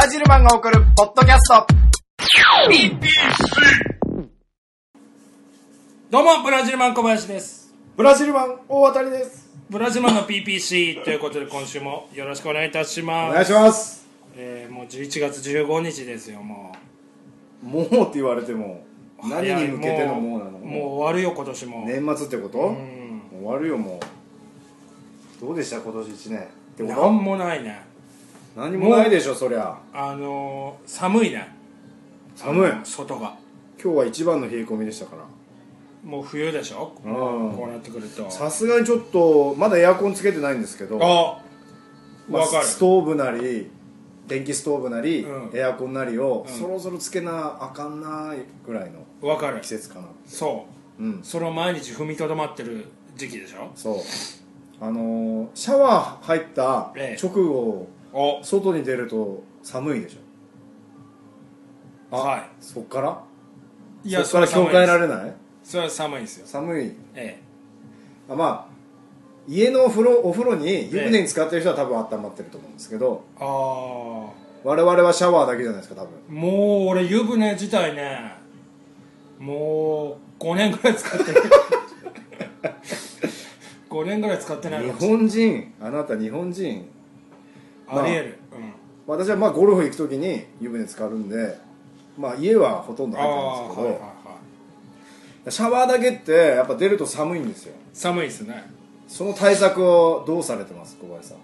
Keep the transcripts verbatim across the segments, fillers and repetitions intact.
ジルマンが送るポッドキャスト ピーピーシー。 どうもブラジルマン小林です。 ブラジルマン大当たりです。 ブラジルマンの ピーピーシー ということで今週もよろしくお願いいたします。 お願いします。 えー、もうじゅういちがつじゅうごにちですよ。もうもうって言われても何に向けてのもうなの？ もう、もう終わるよ今年も。 年末ってこと？ うん、 終わるよもう。どうでした今年いちねんってこと？ なんもないね。 何もないでしょそりゃ。 あのー、寒いね。 寒い。 外が今日は一番の冷え込みでしたから。 もう冬でしょ、うん、こうなってくるとさすがにちょっとまだエアコンつけてないんですけど、 あ、 まあ、 分かる。 ストーブなり電気ストーブなり、うん、エアコンなりを、うん、そろそろつけなあかんなぐらいの分かる季節かな。 そう、うん、それを毎日踏みとどまってる時期でしょ。 そう、あのー、シャワー入った直後、ええ、外に出ると寒いでしょ。あ、はい、そっからいやそっから今日変えられない？ それは寒いですよ。 寒い。 ええ。 あ、まあ家のお風呂お風呂に湯船に使ってる人は多分温まってると思うんですけど、ええ、ああ我々はシャワーだけじゃないですか多分。 もう俺湯船自体ねもうごねんぐらい使ってるごねんぐらい使ってない。 日本人、あなた日本人ありえる、 まあ、うん、私はまあゴルフ行く時に湯船使うんで、まあ家はほとんど入ってないんですけど、はいはいはい、シャワーだけってやっぱ出ると寒いんですよ。 寒いですね。その対策をどうされてます小林さんは？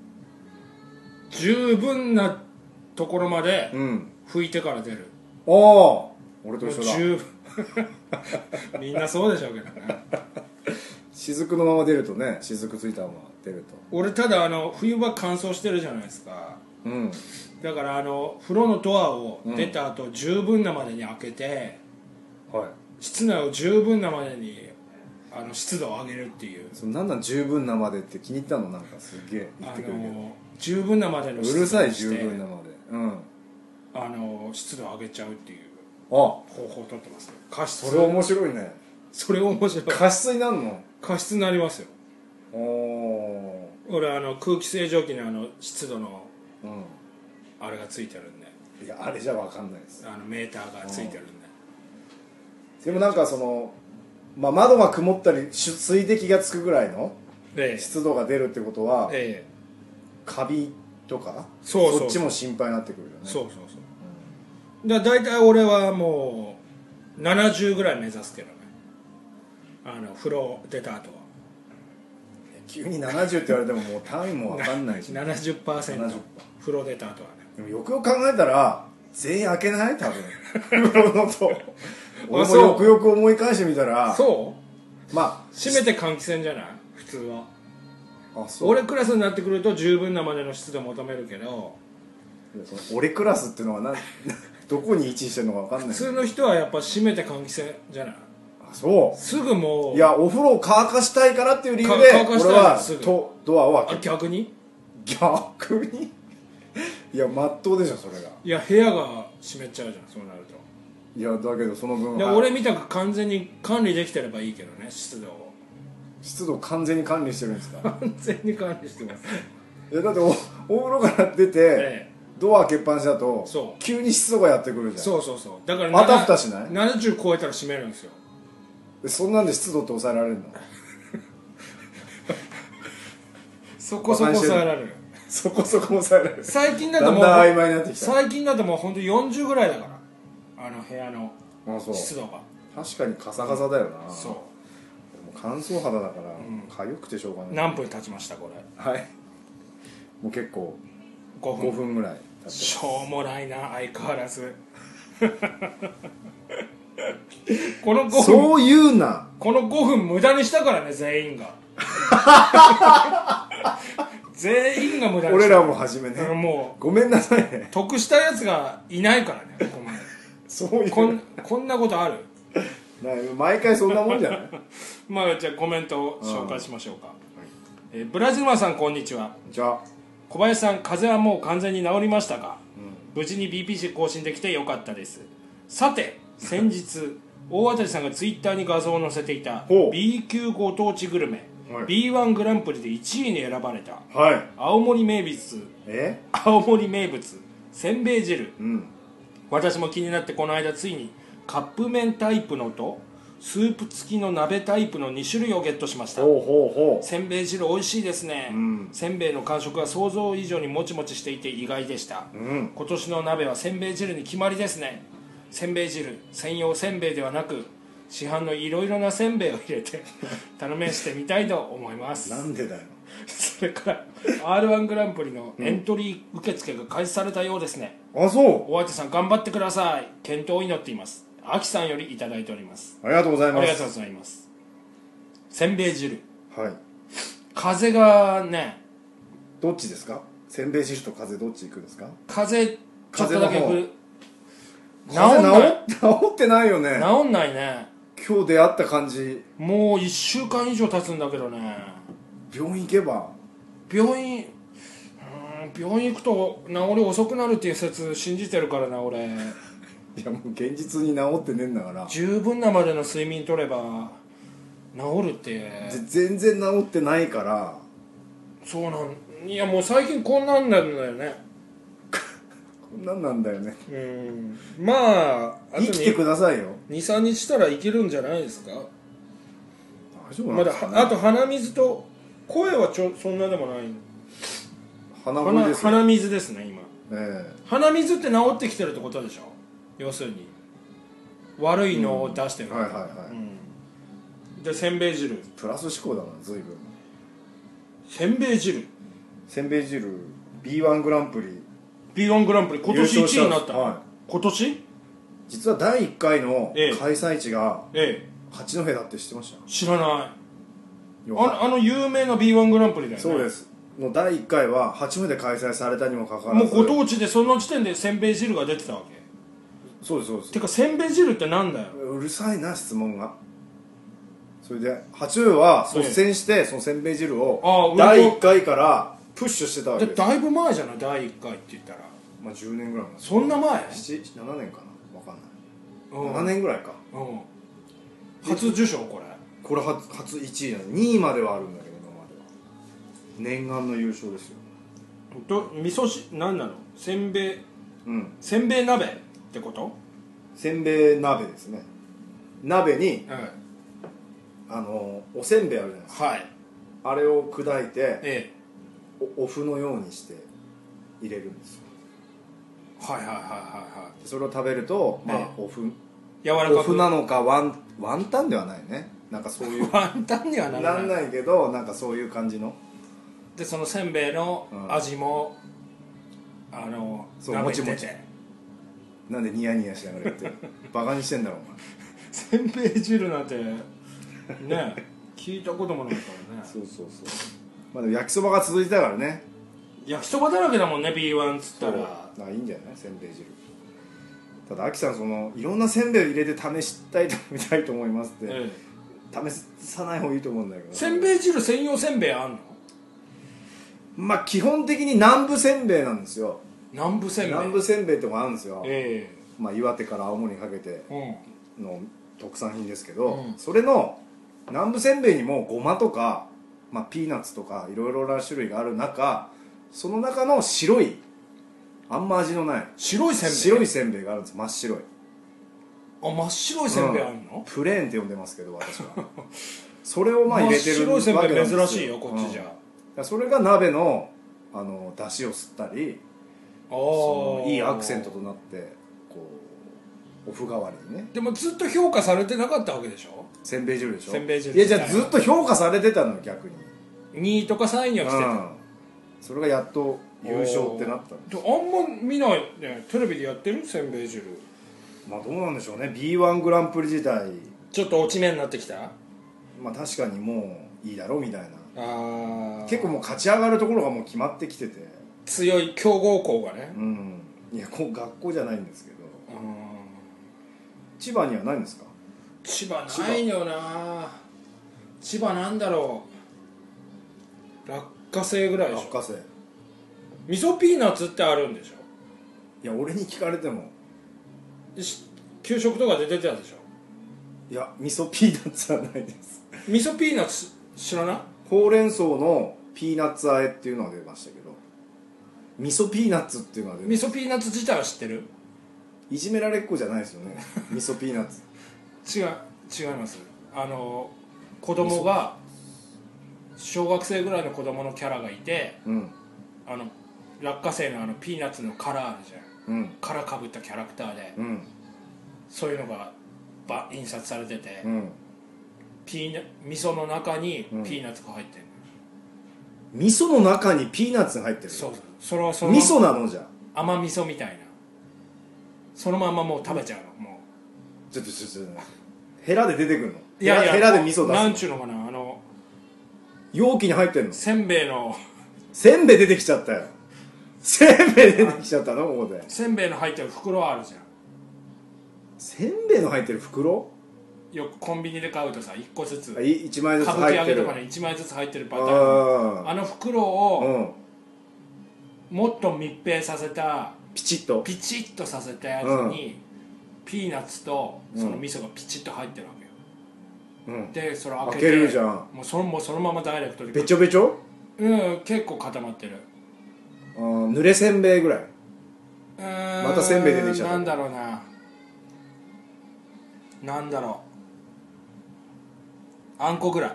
十分なところまで拭いてから出る、 うん、ああ俺と一緒だ。 十分みんなそうでしょうけどね雫のまま出るとね、雫ついたまま出ると。 俺ただあの冬場乾燥してるじゃないですか、うん、だからあの風呂のドアを出た後、うん、十分なまでに開けて、はい、室内を十分なまでにあの湿度を上げるっていう。 そのなんなん十分なまでって気に入ったの？なんかすげえ言ってくるけど、あの十分なまでの湿度をしてうるさい十分なまで、うん、 あの湿度を上げちゃうっていうあ方法を取ってますね。加湿。 それ面白いね。 それ面白い。 加湿になるの？ 加湿になりますよ。 お俺あの空気清浄機のあの湿度の、うん、あれがついてるんで。 いやあれじゃ分かんないです。 あのメーターがついてるんで。 でもなんかその、まあ、窓が曇ったり水滴がつくぐらいの湿度が出るってことは、ええ、カビとか そ, うそうそうそっちも心配になってくるよね。 そうそうそう、うん、だから大体俺はもうななじゅうぐらい目指すけどね、あの風呂出た後は。 急にななじゅうって言われてももう単位も分かんないしななじゅっパーセント 風呂出た後はね。 でもよくよく考えたら全員開けない？多分風呂のと俺もよくよく思い返してみたら、 そうまあ閉めて換気扇じゃない普通は。あ、そう。俺クラスになってくると十分なまでの湿度求めるけど、 俺クラスっていうのはなどこに位置してるのか分かんない。 普通の人はやっぱ閉めて換気扇じゃない。 あ、そうすぐもういやお風呂を乾かしたいからっていう理由で俺はとドアを開ける。 あ、逆に逆にいやまっとうでしょそれが。 いや部屋が湿っちゃうじゃんそうなると。 いやだけどその分は俺みたく完全に管理できてればいいけどね。湿度を湿度を完全に管理してるんですか？ 完全に管理してますいやだって お, お風呂から出て、ええ、ドア開けっぱなしだと急に湿度がやってくるじゃん。 そうそうそう。だからあたふたしない？ ななじゅう超えたら閉めるんですよ。 そんなんで湿度って抑えられるの？ そこそこ抑えられる。 そこそこ抑えられる。 最近だともうだんだん曖昧になってきた。 最近だともう本当よんじゅうぐらいだからあの部屋の湿度が。 確かにカサカサだよな、うん、そう。もう乾燥肌だから、うん、痒くてしょうがない。 何分経ちましたこれ？ はいもう結構ごふん、ごふんぐらい経ってます。 しょうもないな相変わらずこのごふんそう言うな。 このごふん無駄にしたからね全員が全員が無駄にした。 俺らも初めね。 もうごめんなさいね。 得したやつがいないからねここまでそういうこんこんなことある？ 毎回そんなもんじゃないまあじゃあコメントを紹介しましょうか、うん。えー、ブラジルマンさんこんにちは。 じゃあ小林さん風邪はもう完全に治りましたか？うん、無事に ビーピーシー 更新できてよかったです。さて先日大当さんがツイッターに画像を載せていた B 級ご当地グルメ、はい、ビーワン グランプリでいちいに選ばれた、はい、青森名物え青森名物せんべい汁、 うん、 私も気になってこの間ついにカップ麺タイプのとスープ付きの鍋タイプのに種類をゲットしました。 ほうほうほう。 せんべい汁美味しいですね、うん、せんべいの感触は想像以上にもちもちしていて意外でした、うん、今年の鍋はせんべい汁に決まりですね。せんべい汁専用せんべいではなく市販のいろいろなせんべいを入れて頼めしてみたいと思います。 なんでだよ。 それから アールワン グランプリのエントリー受付が開始されたようですね、 うん、あ、そう。 おあてさん頑張ってください。健闘を祈っています。あきさんよりいただいております。 ありがとうございます。 ありがとうございます。せんべい汁、 はい、 風がね、 どっちですか？せんべい汁と風どっち行くんですか？ 風ちょっとだけ降る。 治んない治ってないよね。 治んないね。 今日出会った感じ。 もういっしゅうかん以上経つんだけどね。 病院行けば。 病院、うん、病院行くと治り遅くなるっていう説信じてるからな俺。 いやもう現実に治ってねえんだから。 十分なまでの睡眠取れば治るって。 全然治ってないから。 そうなん、いやもう最近こんなんなんだよね。 こんなんなんだよね。 うん、まあ、あと生きてくださいよ。 にさんにちしたらいけるんじゃないですか。 大丈夫なんですかね。 まだあと鼻水と声はちょそんなでもない。 鼻声です。 鼻水ですね今、 えー、 鼻水って治ってきてるってことでしょ。要するに悪いのを出してる、 うん、はいはいはい、 うん、でせんべい汁プラス思考だな随分。 せんべい汁せんべい汁 ビーワン グランプリビーワン グランプリ今年いちいになった、はい、今年実はだいいっかいの開催地が八戸だって知ってました？ 知らない。あ, あの有名な ビーワン グランプリだよね。 そうです。のだいいっかいは八戸で開催されたにもかかわらずもうご当地でその時点でせんべい汁が出てたわけ。 そうですそうです。 てかせんべい汁ってなんだよ。 うるさいな質問が。それで八戸は率先してそのせんべい汁をだいいっかいからプッシュしてたわけです。 だいぶ前じゃないだいいっかいって言ったら。 まあじゅうねんぐらい前。 そんな前？ ななねんかな分かんない、うん、ななねんぐらいか、 うん、初受賞これこれ初、初いちいなの。にいまではあるんだけど今までは念願の優勝ですよ。 と味噌汁何なの？せんべい、 うん、 せんべい鍋ってこと？せんべい鍋ですね。鍋に、 はい、 あのおせんべいあるじゃないですか、 はい、 あれを砕いて、ええ、 お, お麩のようにして入れるんですよ。 はいはいはいはいはい。 それを食べると、まあ、ええ、お麩柔らかくお麩なのかワンワンタンではないね。なんかそういうワンタンにはならないなんないけどなんかそういう感じのでそのせんべいの味も、うん、あのそうもちもち。なんでニヤニヤしながら言ってるバカにしてんだろお前。 せんべい汁なんてね聞いたこともないからね。 そうそうそう。まあでも焼きそばが続いてたからね。 焼きそばだらけだもんね ビーワン っつったら。 あいいんじゃないせんべい汁。ただアキさんそのいろんなせんべいを入れて試したいとみたいと思いますって、ええ、試さない方がいいと思うんだけど。 せんべい汁専用せんべいあんの？ まあ基本的に南部せんべいなんですよ。 南部せんべい南部せんべいってのがあるんですよ、 ええ、 まあ、岩手から青森にかけての特産品ですけど、 うん、 それの南部せんべいにもごまとか、まあ、ピーナッツとかいろいろな種類がある中、その中の白いあんま味のない白いせんべい白いせんべいがあるんです。真っ白い。 あ、真っ白いせんべいあるの、 うん、プレーンって呼んでますけど私はそれをまあ入れてる真っ白いせんべい珍しいよこっちじゃ、 うん、それが鍋のあの出汁を吸ったり、そのいいアクセントとなってこうお麩代わりにね。 でもずっと評価されてなかったわけでしょせんべい汁でしょ。 せんべい汁いやじゃあずっと評価されてたのよ逆に。 にいとかさんいには来てた、うん、 それがやっと優勝ってなったんです。 あんま見ないね。テレビでやってるせんべい汁。 まあどうなんでしょうね。 ビーワン グランプリ自体ちょっと落ち目になってきた。 まあ確かにもういいだろうみたいな。 あ結構もう勝ち上がるところがもう決まってきてて、 強い強豪校がね。 うん。いやこう学校じゃないんですけど。千葉にはないんですか？ 千葉ないよな。千葉なんだろう。落花生ぐらいでしょ。 落花生。 味噌ピーナッツってあるんでしょ。 いや俺に聞かれても給食とかで出てたでしょ。 いや味噌ピーナッツはないです。 味噌ピーナッツ知らない？ ほうれん草のピーナッツ和えっていうのが出ましたけど。 味噌ピーナッツっていうのは味噌ピーナッツ自体は知ってる？ いじめられっ子じゃないですよね味噌ピーナッツ。 違う違います。あの子供が小学生ぐらいの子供のキャラがいて、うん、あの落花生のあのピーナッツの殻あるじゃん、うん、殻かぶったキャラクターで、うん、そういうのがば印刷されてて、うん、ピーナ味噌の中にピーナッツが入ってる、 うん、味噌の中にピーナッツが入ってる。 そうそう、それはその味噌なのじゃ甘味噌みたいな、そのままもう食べちゃうの、もうちょっとちょっとヘラで出てくるの？ いやいや、 ヘラで味噌出すの？ なんちゅうのかな、あの容器に入ってんの？ せんべいのせんべい出てきちゃったよ。せんべい出てきちゃったのここで。 せんべいの入ってる袋あるじゃん。 せんべいの入ってる袋？ よくコンビニで買うとさ、いっこずついちまいずつ入ってる、 歌舞伎揚げとかにいちまいずつ入ってるパターン。 あ, あの袋を、うん、もっと密閉させたピチッとピチッとさせたやつに、うん、ピーナッツとその味噌がピチッと入ってるわけよ、うん、でそれ開けて開けるじゃん。 もうそのもうそのままダイレクトでべちょべちょ？ うん、結構固まってる。 あ、濡れせんべいぐらい。またせんべい出てきちゃった。 なんだろうな、なんだろう、あんこぐらい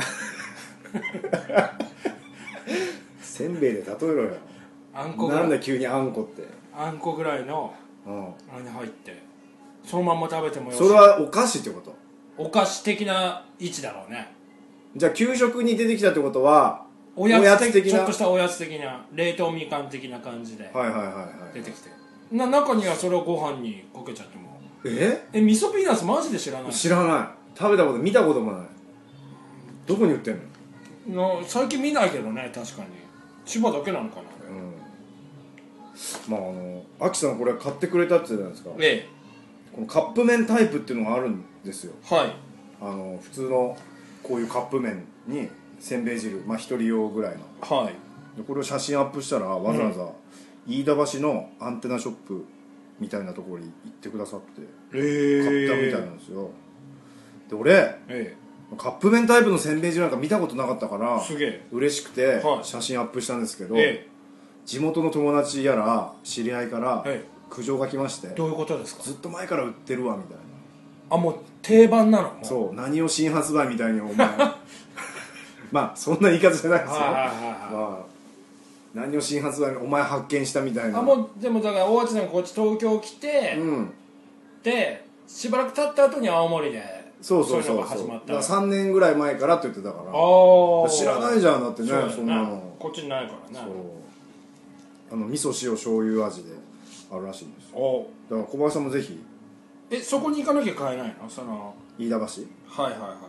せんべいで例えろよ。 あんこぐらい。 なんだ急にあんこって。 あんこぐらいの、うん、あれに入ってそのまま食べてもよし。 それはお菓子ってこと？ お菓子的な位置だろうね。じゃあ給食に出てきたってことはおやつ的な、ちょっとしたおやつ的な冷凍みかん的な感じで出てきて、な中にはそれをご飯にかけちゃっても。 ええ、味噌ピーナッツマジで知らない？ 知らない。食べたこと見たこともない。どこに売ってんの？ な最近見ないけどね、確かに千葉だけなのかな、 うん、まああのアキさんこれ買ってくれたって言ったじゃないですか。 ええ、 このカップ麺タイプっていうのがあるんですよ。 はい。 あの普通のこういうカップ麺にせんべい汁、まあ一人用ぐらいの、はい、でこれを写真アップしたらわざわざ飯田橋のアンテナショップみたいなところに行ってくださって、えー、買ったみたいなんですよ。で俺、えー、カップ麺タイプのせんべい汁なんか見たことなかったからすげえ嬉しくて写真アップしたんですけど、えー、地元の友達やら知り合いから苦情が来まして、 どういうことですか？ ずっと前から売ってるわみたいな。 あ、もう定番なの？ そう、何を新発売みたいにお前まあそんな言い方じゃないですよ。まあ何を新発売お前発見したみたいな。 あ、もうでもだから大内さんがこっち東京来て、うん、でしばらく経った後に青森でそうそうそうそう、そういうのが始まった。だからさんねんぐらい前からって言ってたから。 あ知らないじゃんだってね、 そ, そんなのこっちにないからね。 そう、あの味噌塩醤油味であるらしいんですよ。だから小林さんもぜひ。 え、そこに行かなきゃ買えないの？その飯田橋。 はいはいはい。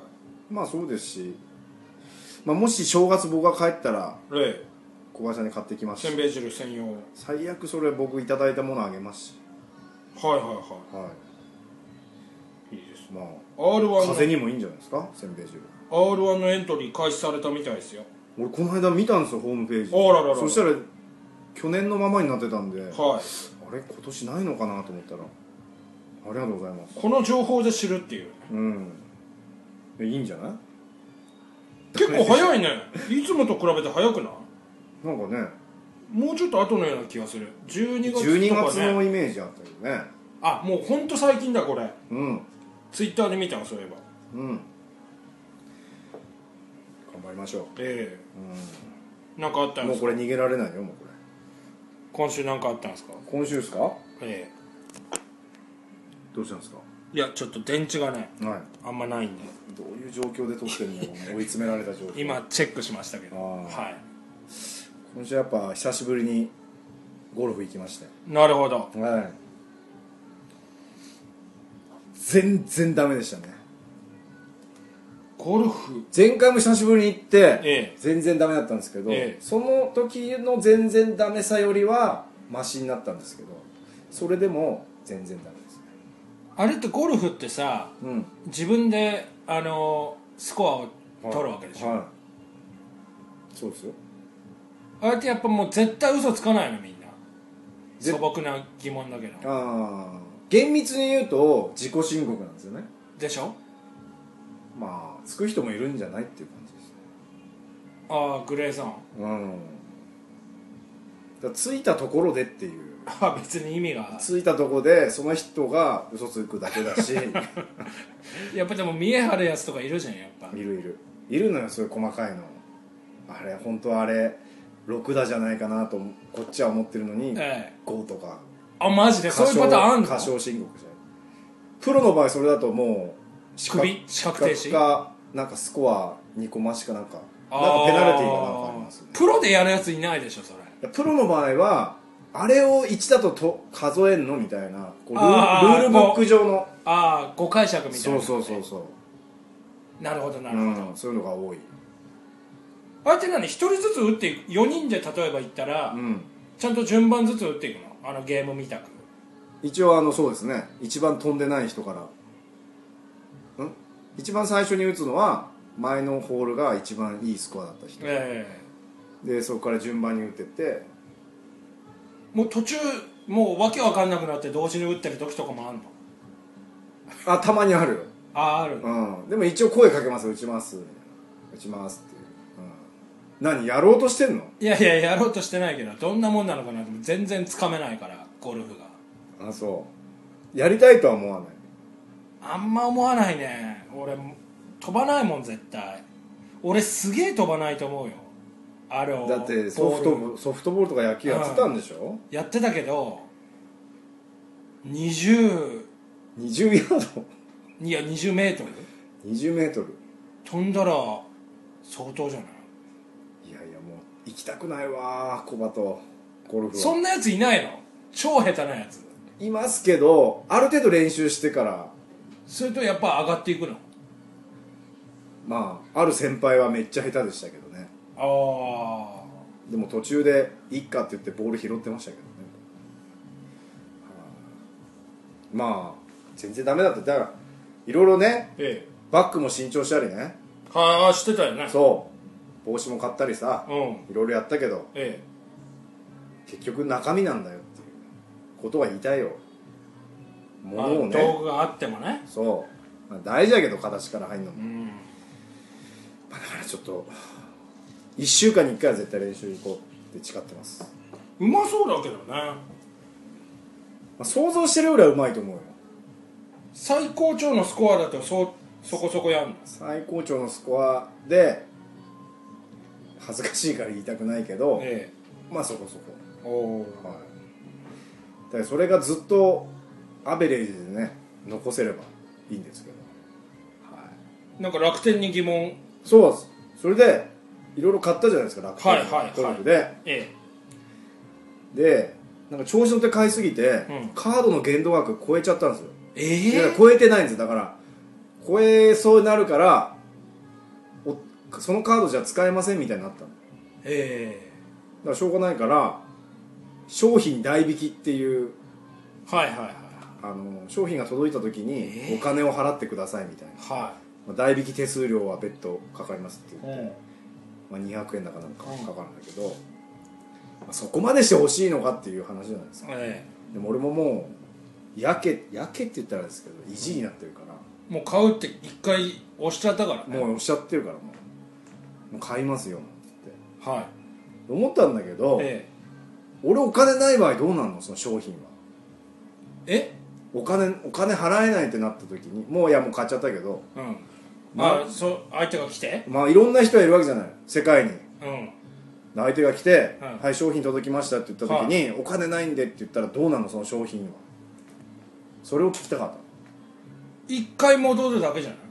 まあそうですし、まあ、もし正月僕が帰ったら小林さんに買ってきますし、 せんべい汁専用。 最悪それ僕いただいたものあげますし。 はいはいはい、はい、いいです。 まあ アールワン 風邪にもいいんじゃないですか、せんべい汁。 アールワン のエントリー開始されたみたいですよ。 俺この間見たんですよホームページ。 あらららら。 そしたら去年のままになってたんで、はい、あれ今年ないのかなと思ったらありがとうございます。 この情報で知るっていう。うん、 いいんじゃない？ 結構早いね。いつもと比べて早くない？ なんかね、 もうちょっと後のような気がする。じゅうにがつとかね。 じゅうにがつのイメージあったけどね。 あ、もうほんと最近だこれ。うん。ツイッターで見たのそういえば。うん。 頑張りましょう。 ええー。うん。なんかあったんですか？ もうこれ逃げられないよもうこれ。 今週なんかあったんですか？ 今週ですか？ ええ。 どうしたんですか？ いやちょっと電池がね、はい、あんまないんで。 どういう状況で撮ってるんだろうね追い詰められた状況。 今チェックしましたけど、はい。 今週やっぱ久しぶりにゴルフ行きまして。 なるほど。はい。 全然ダメでしたね。 ゴルフ前回も久しぶりに行って、ええ、全然ダメだったんですけど、ええ、その時の全然ダメさよりはマシになったんですけど、それでも全然ダメですね。 あれってゴルフってさ、うん、自分であのスコアを取るわけでしょ、はいはい、 そうですよ。 あれってやっぱもう絶対嘘つかないのみんな。素朴な疑問だけど。 ああ、厳密に言うと自己申告なんですよね。 でしょ。 まあつく人もいるんじゃないっていう感じですね。 ああ、グレーゾーン。うん。 だ着いたところでっていう、 あ別に意味が着いたところでその人が嘘つくだけだしやっぱでも見え張るやつとかいるじゃん、やっぱいるいるいるのよ、そういう細かいの。あれ本当はあれろくだじゃないかなとこっちは思ってるのに、ええ、ごとか。 あマジでそういうパターンあんの？ 過小申告じゃない。プロの場合それだともう首資格停止かなんかスコアにこ増しかなんかなんかペナルティーがなんかありますね。 プロでやるやついないでしょそれ。 プロの場合はあれをいちだとと数えんのみたいなこうルールブック上のああ誤解釈みたいな、 そうそうそうそうなるほどなるほど、 うん、そういうのが多い。 あれって何ひとりずつ打っていくよにんで例えばいったら、うん、ちゃんと順番ずつ打っていくの、あのゲームみたく。 一応あのそうですね、一番飛んでない人からん一番最初に打つのは前のホールが一番いいスコアだった人、えー、でそこから順番に打ってってもう途中もうわけわかんなくなって同時に打ってる時とかもあるの？ あたまにあるよ。 あある、 うん、でも一応声かけます。打ちます打ちますっていう、うん、何やろうとしてんの？ いやいややろうとしてないけどどんなもんなのかなって全然つかめないからゴルフが。 あそうやりたいとは思わない？ あんま思わないね。俺飛ばないもん絶対。俺すげえ飛ばないと思うよ。あれをだってソフトボソフトボールとか野球やってたんでしょ、 うん、やってたけどにじゅうにじゅうヤードいやにじゅうメートルにじゅうメートル飛んだら相当じゃない？ いやいやもう行きたくないわコバとゴルフは。 そんなやついないの？超下手なやついますけどある程度練習してからそれとやっぱ上がっていくの？ まあある先輩はめっちゃ下手でしたけどね。ああでも途中でいっかって言ってボール拾ってましたけどね。まあ全然ダメだった。だからいろいろね、ええ、バッグも新調したりね。 はあしてたよね。 そう帽子も買ったりさ、 うん、 いろいろやったけど、ええ、結局中身なんだよっていうことは言いたいよ。 ものをね、道具があってもね。 そう、まあ、大事だけど形から入るのも、うん、まあ、だからちょっといっしゅうかんにいっかいは絶対練習行こうって誓ってます。 うまそうだけどね、まあ、想像してるよりはうまいと思うよ。 最高潮のスコアだと そ, そこそこやるの？ 最高潮のスコアで恥ずかしいから言いたくないけど、ええ、まあそこそこ。お、はい、だからそれがずっとアベレージでね残せればいいんですけど、 はい、なんか楽天に疑問。 そうです。それでいろいろ買ったじゃないですか楽天のゴルフで、はいはいはい、ええ、でなんか調子乗って買いすぎて、うん、カードの限度額超えちゃったんですよ。えー、超えてないんですよ。だから超えそうになるからおそのカードじゃ使えませんみたいになったの。ええー、だからしょうがないから商品代引きっていう、はいはいはい、あの商品が届いた時にお金を払ってくださいみたいな、はい、まあ、代引き手数料は別途かかりますって言って、うん、まあ、にひゃくえんだかなんかかかるんだけど、うん、まあ、そこまでして欲しいのかっていう話じゃないですか、えー、でも俺ももうやけやけって言ったらですけど意地になってるから、 もう買うって一回押しちゃったからね。 もう押しちゃってるからもうもう買いますよって、はい、思ったんだけど、ええ、俺お金ない場合どうなんのその商品は。えお金お金払えないってなった時にもういやもう買っちゃったけど、うん、 まあそ相手が来てまあいろんな人がいるわけじゃない世界に、うん、相手が来て、うん、はい商品届きましたって言った時に、はい、お金ないんでって言ったらどうなのその商品は。それを聞きたかった。 一回戻るだけじゃない。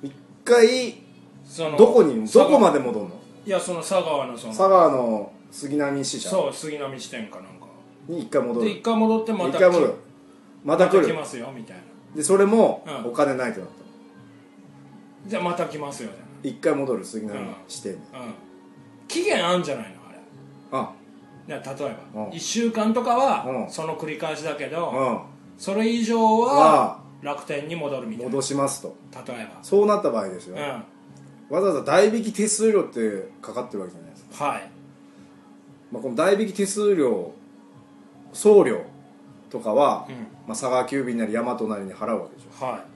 一回そのどこにどこまで戻るの。 いやその佐川のその佐川の杉並支社、 そう杉並支店かなんかに一回戻る。 で一回戻ってまた一回戻るまた来る、また来ますよみたいな。 でそれもお金ないってなったの、 うん、じゃあまた来ますよじゃない一回戻る杉並支店に、うんうん、 期限あんじゃないのあれ。あ例えば、うん、いっしゅうかんとかはその繰り返しだけど、うん、それ以上は楽天に戻るみたいな。 戻しますと例えばそうなった場合ですよ、うん、わざわざ代引き手数料ってかかってるわけじゃないですか。はい、まあ、この代引き手数料送料とかは、うん、まあ、佐川急便なり大和なりに払うわけでしょ。はい、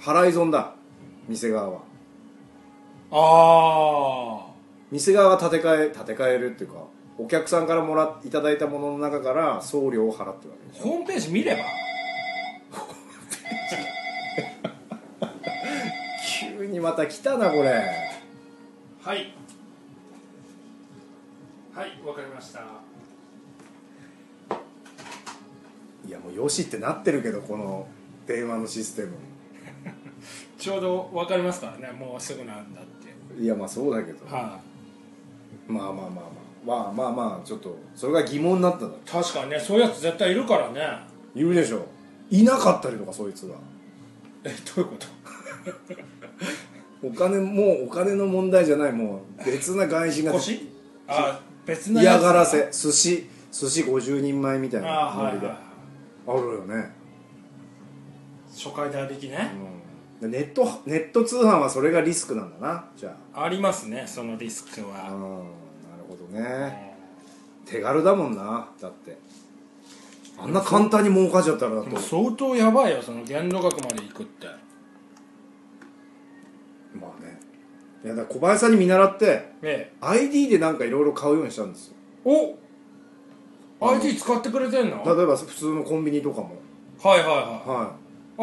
払い損だ店側は。ああ店側が立て替え立て替えるっていうかお客さんからもらいただいたものの中から送料を払ってるわけでしょ。 ホームページ見れば急にまた来たなこれ。 はいはいわかりました。 いやもうよしってなってるけどこの電話のシステムちょうどわかりますからね、もうすぐなんだって。 いやまあそうだけど、はあ、まあまあまあまあまあまあまあちょっとそれが疑問になったんだ。 確かにね、そういうやつ絶対いるからね。 いるでしょ。いなかったりとかそいつが。 え、どういうことお金もうお金の問題じゃない、もう別な外人が腰あ別なやつ嫌がらせ、寿司寿司ごじゅうにんまえみたいなノリで あ,、はいはい、あるよね。 初回代引きね、 うん、ネットネット通販はそれがリスクなんだな。じゃあありますね、そのリスクは。 うん、なるほどね。手軽だもんな。だってあんな簡単に儲かっちゃったらだと相当やばいよ、その限度額までいくって。 まあね。いやだから小林さんに見習って、 ええ、 アイディー でなんかいろいろ買うようにしたんですよ。 お アイディー 使ってくれてんの？ 例えば普通のコンビニとかも。 はいはいはい、 はい、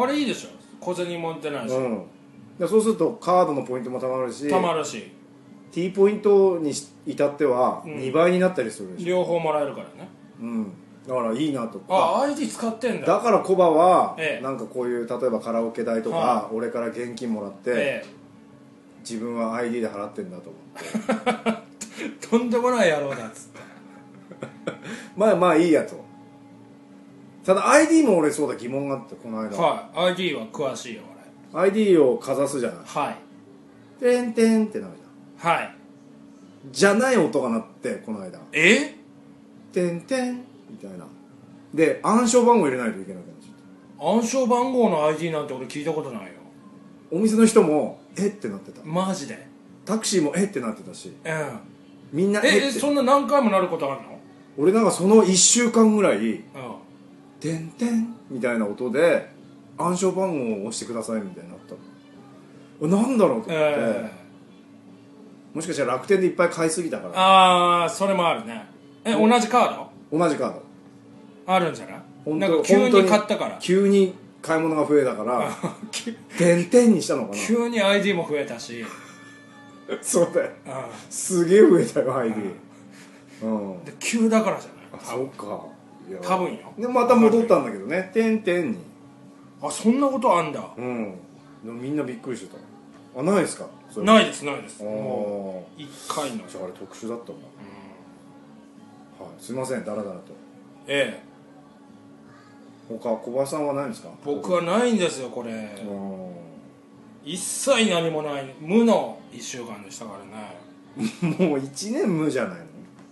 あれいいでしょ、小銭持ってないし、うん、 でそうするとカードのポイントもたまるし、 たまるし T ポイントに至ってはにばいになったりするでしょ、 うん、両方もらえるからね。 うん、だからいいなと。 あ、アイディー 使ってんだ。 だからコバは、 ええ、 なんかこういう例えばカラオケ代とか、はあ、俺から現金もらって、ええ、自分は アイディー で払ってんだと思ってとんでもない野郎だっつってまあまあいいやと。ただ アイディー も俺そうだ疑問があってこの間。 はい、アイディー は詳しいよ俺。 アイディー をかざすじゃない。 はい。 てんてんってなるじゃん。はい。 じゃない音が鳴ってこの間。 え？ てんてんみたいな。で暗証番号入れないといけなくなっちゃった。 暗証番号の アイディー なんて俺聞いたことないよ。 お店の人もえってなってた。 マジで？ タクシーもえってなってたし、 うん、 みんなええって。そんな何回もなることあるの？ 俺なんかそのいっしゅうかんぐらい、うん、てんてんみたいな音で暗証番号を押してくださいみたいになったの。なんだろうと思って、えー、もしかしたら楽天でいっぱい買いすぎたから。 ああ、それもあるね。え、同じカード？同じカードあるんじゃない？なんか急に買ったから、 急に買い物が増えたからてんてんにしたのかな。 急に アイディー も増えたしそうだよ、すげえ増えたよ アイディー、 うん、で急だからじゃない？ あ、そうか。いや多分よ。 でまた戻ったんだけどね、てんてんに。 あ、そんなことあんだ。 うん。でもみんなびっくりしてた。あ、ないですか？ ないですないです。もういっかいの。 じゃああれ特殊だったんだ、うん、はい、すいませんダラダラと。 ええ。 他小林さんはないんですか？ 僕はないんですよこれ。一切何もない無のいっしゅうかんでしたからねもういちねん無じゃないの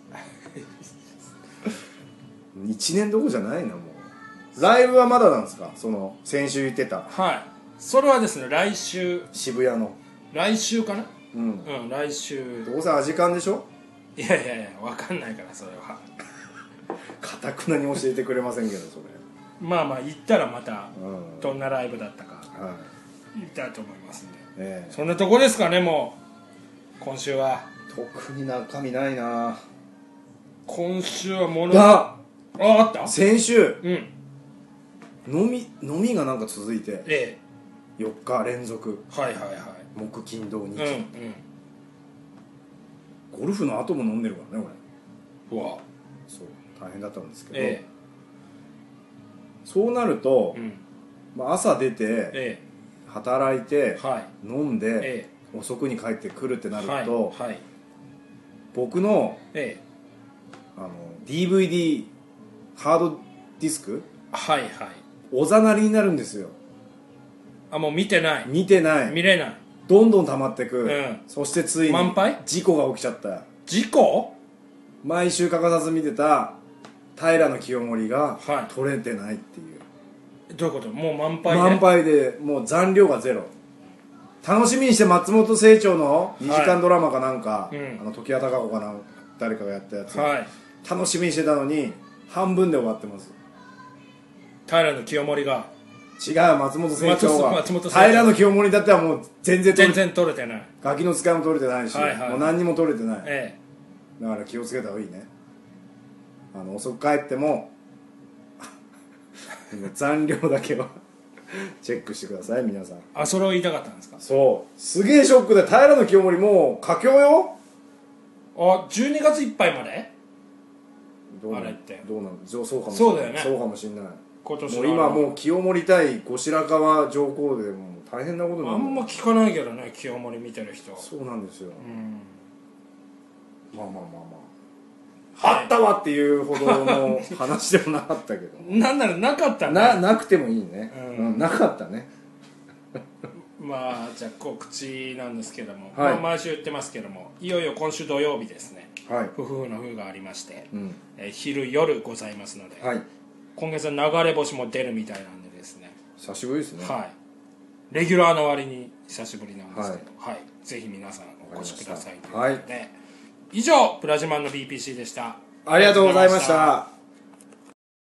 いちねんどころじゃないな。もうライブはまだなんですか？その先週言ってた。 はい、それはですね来週。 渋谷の来週かな。 うん、 うん、来週。 どうせアジカンでしょ？ いやいやいや分かんないからそれはかたくなに教えてくれませんけどそれまあまあ行ったらまたどんなライブだったか言いたいと思いますんで、えー、そんなとこですかね。もう今週は特に中身ないな。 今週はものあああった先週、 うん、 飲み飲みがなんか続いて、 ええ、よっか連続。 はいはいはい。 木金土日、うんうん、ゴルフの後も飲んでるからね俺。うわ、 そう大変だったんですけど、 ええ、 そうなると、 うん、 まあ、朝出て、ええ、 働いて、 はい、 飲んで、 ええ、遅くに帰ってくるってなると、はいはい、僕の、 ええ、 あの ディーブイディー ハードディスク、 はいはい、 おざなりになるんですよ。 あ、もう見てない。 見てない。 見れない。 どんどん溜まってく、うん、そしてついに満杯事故が起きちゃった。 事故？ 毎週欠かさず見てた平清盛が取れてないっていう、 はい、どういうこと？もう満杯で満杯でもう残量がゼロ。楽しみにして松本清張のにじかんドラマかなんか、はい、うん、あの時矢孝子かなん誰かがやったやつ、はい、楽しみにしてたのに半分で終わってます。 平清盛が違う、松本清張は平清盛だってはもう全然全然取れてない。 ガキの使いも取れてないし、はいはい、もう何にも取れてない、 ええ、 だから気をつけた方がいいね。 あの遅く帰っても残量だけはチェックしてください皆さん。 あ、それを言いたかったんですか。 そうすげえショックで平清盛もう佳境よ。 あ、じゅうにがついっぱいまでどうあれってどうなんそうそうかもしれない。 そうだよね。 そうかもしれない。 今年もう今もう清盛対後白河上皇でもう大変なことになる。 あんま聞かないけどね清盛見てる人。 そうなんですよ、うん、まあまあまあまあ、はい、あったわっていうほどの話でもなかったけどなんならなかったね。 な, なくてもいいね、うんうん、なかったねまあじゃあ告知なんですけども、 はい、 まあ、毎週言ってますけどもいよいよ今週土曜日ですね、 はい、 夫婦の風がありまして、 うんえー、昼夜ございますので、はい、今月の流れ星も出るみたいなんでですね。 久しぶりですね。 はい、レギュラーの割に久しぶりなんですけど、はいはい、ぜひ皆さんお越しくださいということで、はい、以上プラジマンの ビーピーシー でした。 ありがとうございました。